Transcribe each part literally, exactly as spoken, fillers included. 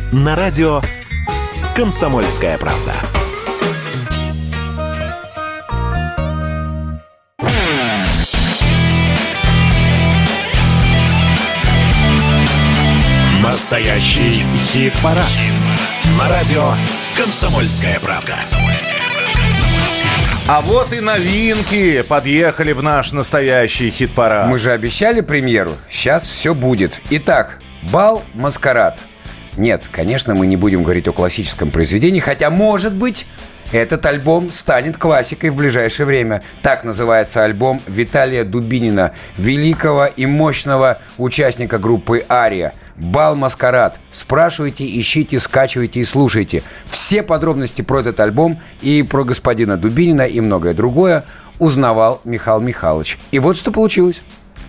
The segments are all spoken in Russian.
на радио «Комсомольская правда». Настоящий хит-парад. Хит-парад. На радио «Комсомольская правда». А вот и новинки подъехали в наш настоящий хит-парад. Мы же обещали премьеру. Сейчас все будет. Итак, бал «Маскарад». Нет, конечно, мы не будем говорить о классическом произведении, хотя, может быть, этот альбом станет классикой в ближайшее время. Так называется альбом Виталия Дубинина, великого и мощного участника группы «Ария». «Бал Маскарад». Спрашивайте, ищите, скачивайте и слушайте. Все подробности про этот альбом и про господина Дубинина и многое другое узнавал Михаил Михайлович. И вот что получилось.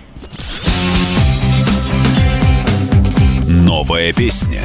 Новая песня.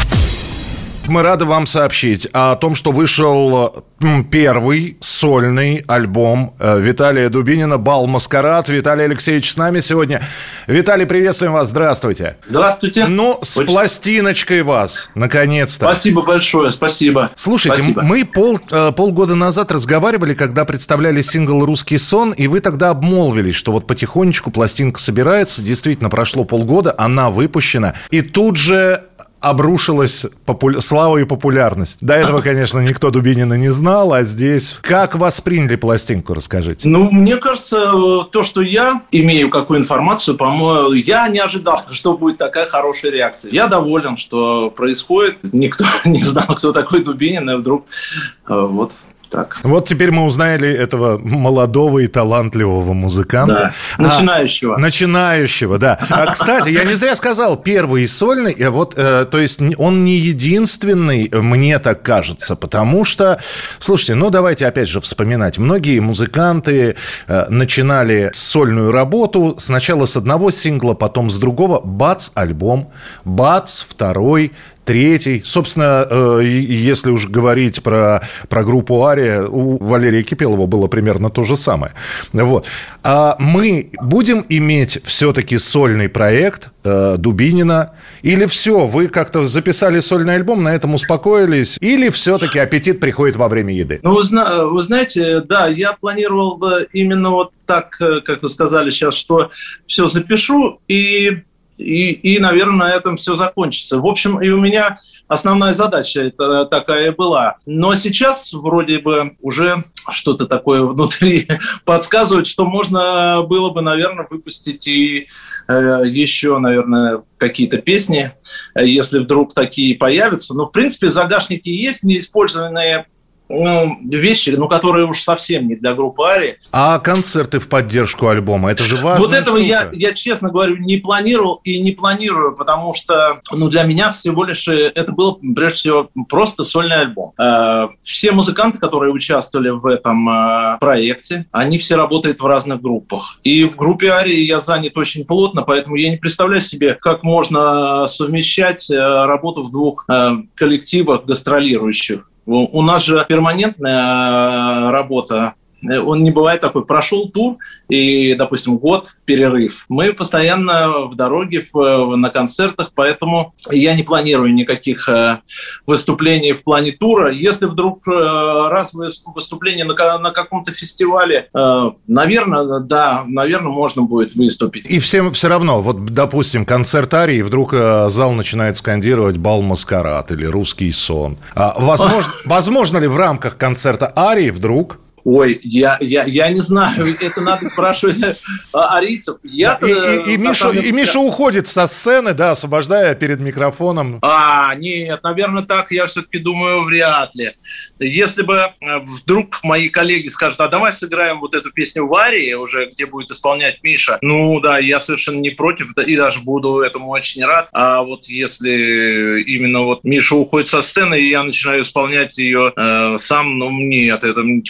Мы рады вам сообщить о том, что вышел первый сольный альбом Виталия Дубинина «Бал Маскарад». Виталий Алексеевич с нами сегодня. Виталий, приветствуем вас, здравствуйте. Здравствуйте. Ну, с Очень... пластиночкой вас, наконец-то. Спасибо большое, спасибо. Слушайте, спасибо. мы пол, полгода назад разговаривали, когда представляли сингл «Русский сон», и вы тогда обмолвились, что вот потихонечку пластинка собирается. Действительно, прошло полгода, она выпущена, и тут же обрушилась попу... слава и популярность. До этого, конечно, никто Дубинина не знал, а здесь... Как восприняли пластинку, расскажите. Ну, мне кажется, то, что я имею какую информацию, по-моему, я не ожидал, что будет такая хорошая реакция. Я доволен, что происходит. Никто не знал, кто такой Дубинин, и вдруг вот... Так. Вот теперь мы узнали этого молодого и талантливого музыканта. Да. Начинающего. А, начинающего, да. А, кстати, я не зря сказал, первый сольный, вот, э, то есть он не единственный, мне так кажется, потому что, слушайте, ну давайте опять же вспоминать. Многие музыканты э, начинали сольную работу сначала с одного сингла, потом с другого. Бац, альбом. Бац, второй, третий. Собственно, э, если уж говорить про, про группу «Ария», у Валерия Кипелова было примерно то же самое. Вот. А мы будем иметь все-таки сольный проект э, Дубинина? Или все, вы как-то записали сольный альбом, на этом успокоились? Или все-таки аппетит приходит во время еды? Ну, вы, зна- вы знаете, да, я планировал именно вот так, как вы сказали сейчас, что все запишу и... И, и, наверное, на этом все закончится. В общем, и у меня основная задача это такая была. Но сейчас вроде бы уже что-то такое внутри подсказывает, что можно было бы, наверное, выпустить и э, еще, наверное, какие-то песни, если вдруг такие появятся. Но, в принципе, в загашнике есть неиспользованные Ну, вещи, ну, которые уж совсем не для группы «Ария». А концерты в поддержку альбома, это же важная Вот этого штука. я, я, честно говорю, не планировал и не планирую, потому что, ну, для меня всего лишь это был, прежде всего, просто сольный альбом. Э, все музыканты, которые участвовали в этом э, проекте, они все работают в разных группах. И в группе «Ария» я занят очень плотно, поэтому я не представляю себе, как можно совмещать э, работу в двух э, коллективах гастролирующих. У нас же перманентная работа, он не бывает такой. Прошел тур и, допустим, год перерыв. Мы постоянно в дороге, в, на концертах, поэтому я не планирую никаких э, выступлений в плане тура. Если вдруг э, раз выступление на, на каком-то фестивале, э, наверное, да, наверное, можно будет выступить. И всем все равно, вот, допустим, концерт «Арии», вдруг э, зал начинает скандировать «Бал Маскарад» или «Русский сон». А, возможно, возможно ли в рамках концерта «Арии» вдруг... Ой, я, я, я не знаю, это надо спрашивать арийцев. Я и, и, и, Миша, и Миша уходит со сцены, да, освобождая перед микрофоном. А, нет, наверное, так я все-таки думаю, вряд ли. Если бы вдруг мои коллеги скажут, а давай сыграем вот эту песню в «Арии», уже где будет исполнять Миша, ну да, я совершенно не против, и даже буду этому очень рад. А вот если именно вот Миша уходит со сцены, и я начинаю исполнять ее э, сам, ну нет, это как-то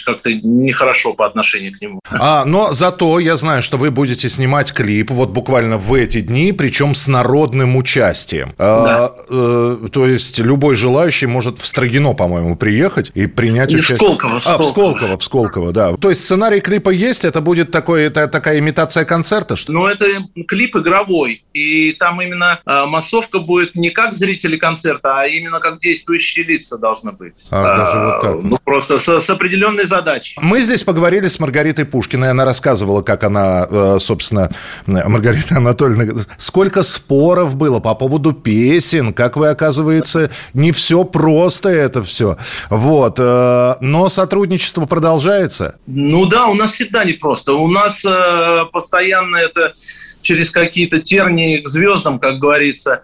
нехорошо по отношению к нему. А, но зато я знаю, что вы будете снимать клип вот буквально в эти дни, причем с народным участием. Да. А, э, то есть любой желающий может в Строгино, по-моему, приехать и принять и участие. В Сколково, в Сколково. А, в Сколково, в Сколково, да. То есть сценарий клипа есть, это будет такой, это, такая имитация концерта? Что... Ну, это клип игровой, и там именно э, массовка будет не как зрители концерта, а именно как действующие лица должны быть. А, а, даже вот так. Ну, просто с, с определенной задачей. Мы здесь поговорили с Маргаритой Пушкиной, она рассказывала, как она, собственно, Маргарита Анатольевна, сколько споров было по поводу песен, как вы, оказывается, не все просто это все. Вот. Но сотрудничество продолжается? Ну да, у нас всегда непросто. У нас э, постоянно это через какие-то тернии к звездам, как говорится.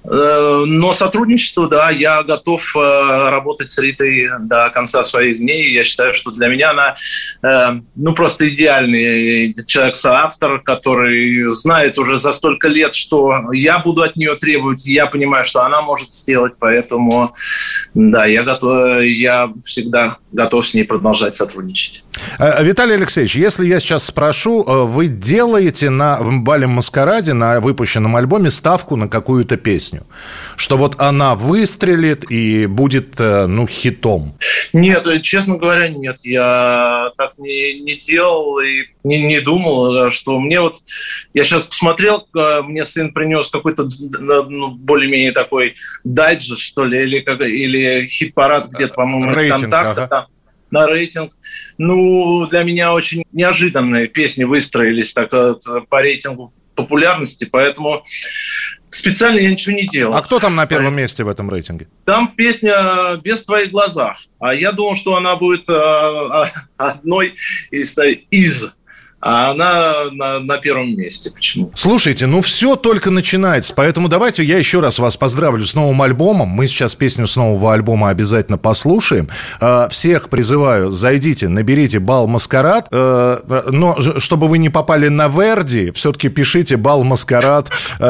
Но сотрудничество, да, я готов работать с Ритой до конца своих дней. Я считаю, что для меня она, ну, просто идеальный человек-соавтор, который знает уже за столько лет, что я буду от нее требовать. Я понимаю, что она может сделать, поэтому, да, я готов, я всегда готов с ней продолжать сотрудничать. Виталий Алексеевич, если я сейчас спрошу, вы делаете на «Бале Маскараде», на выпущенном альбоме, ставку на какую-то песню? Что вот она выстрелит и будет, ну, хитом? Нет, честно говоря, нет. Я так не, не делал и не, не думал, что мне вот... Я сейчас посмотрел, мне сын принес какой-то, ну, более-менее такой дайджест, что ли, или, как, или хит-парад где-то, по-моему, «Контакта». Ага. На рейтинг. Ну, для меня очень неожиданные песни выстроились так вот, по рейтингу популярности, поэтому специально я ничего не делал. А кто там на первом месте в этом рейтинге? Там песня «Без в твоих глазах». А я думал, что она будет а, одной из... из а она на, на первом месте. Почему? Слушайте, ну все только начинается, поэтому давайте я еще раз вас поздравлю с новым альбомом. Мы сейчас песню с нового альбома обязательно послушаем. Всех призываю, зайдите, наберите «Бал Маскарад», но чтобы вы не попали на Верди, все-таки пишите «Бал Маскарад».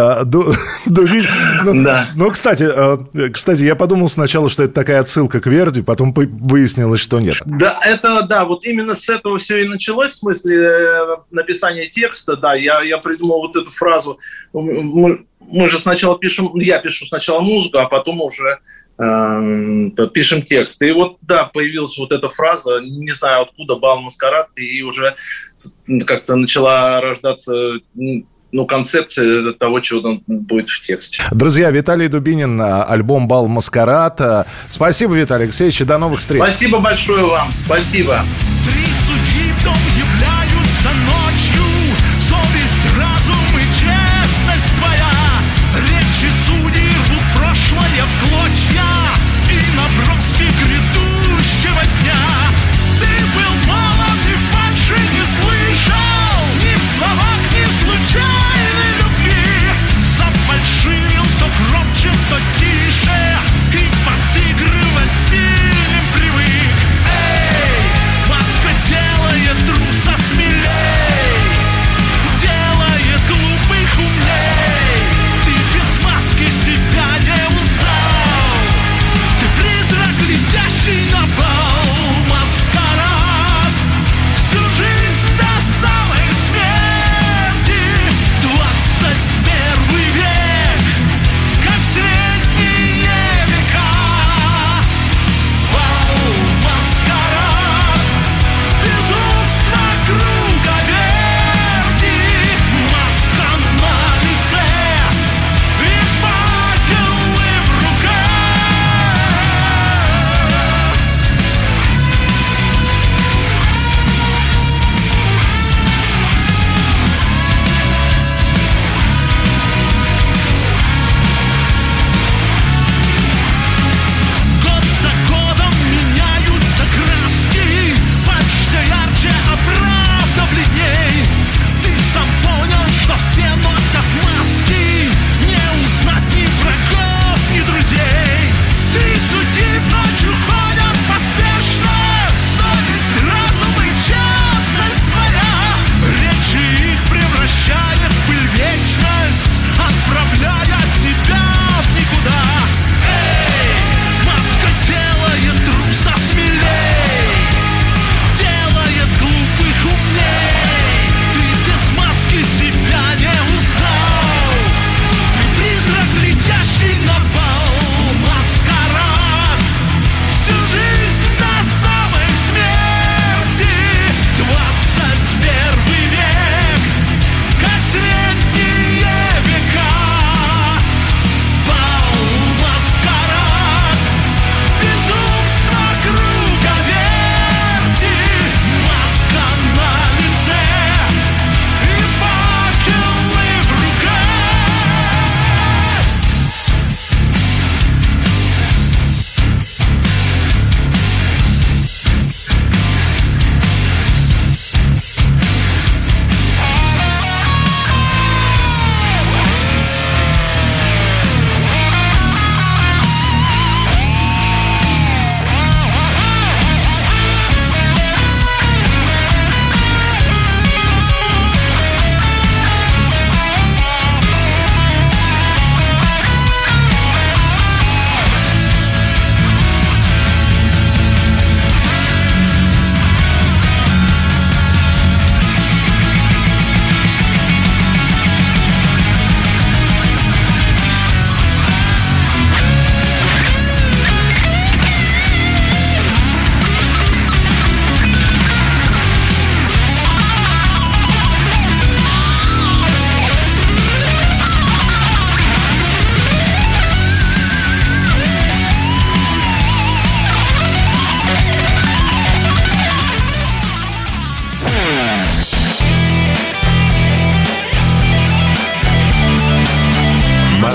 Ну, кстати, кстати, я подумал сначала, что это такая отсылка к Верди, потом выяснилось, что нет. Да, это, да, вот именно с этого все и началось, в смысле написание текста, да, я, я придумал вот эту фразу. Мы, мы же сначала пишем, я пишу сначала музыку, а потом уже э, пишем текст. И вот, да, появилась вот эта фраза, не знаю откуда, «Бал Маскарад», и уже как-то начала рождаться, ну, концепция того, чего там будет в тексте. Друзья, Виталий Дубинин, альбом «Бал Маскарад». Спасибо, Виталий Алексеевич, и до новых встреч. Спасибо большое вам, спасибо. Три судьи в дом являются ночью, совесть, разум и честность твоя. Речи судей рвут прошлое в клочья и наброски грядущего дня. Ты был молод и фальши не слышал, ни в словах, ни в случайной любви. Зафальшивил то громче, то тише, и подыгрывать сильным привык. Эй, маска делает труса смелей.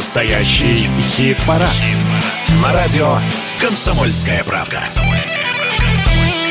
Настоящий хит-парад. На радио «Комсомольская правда».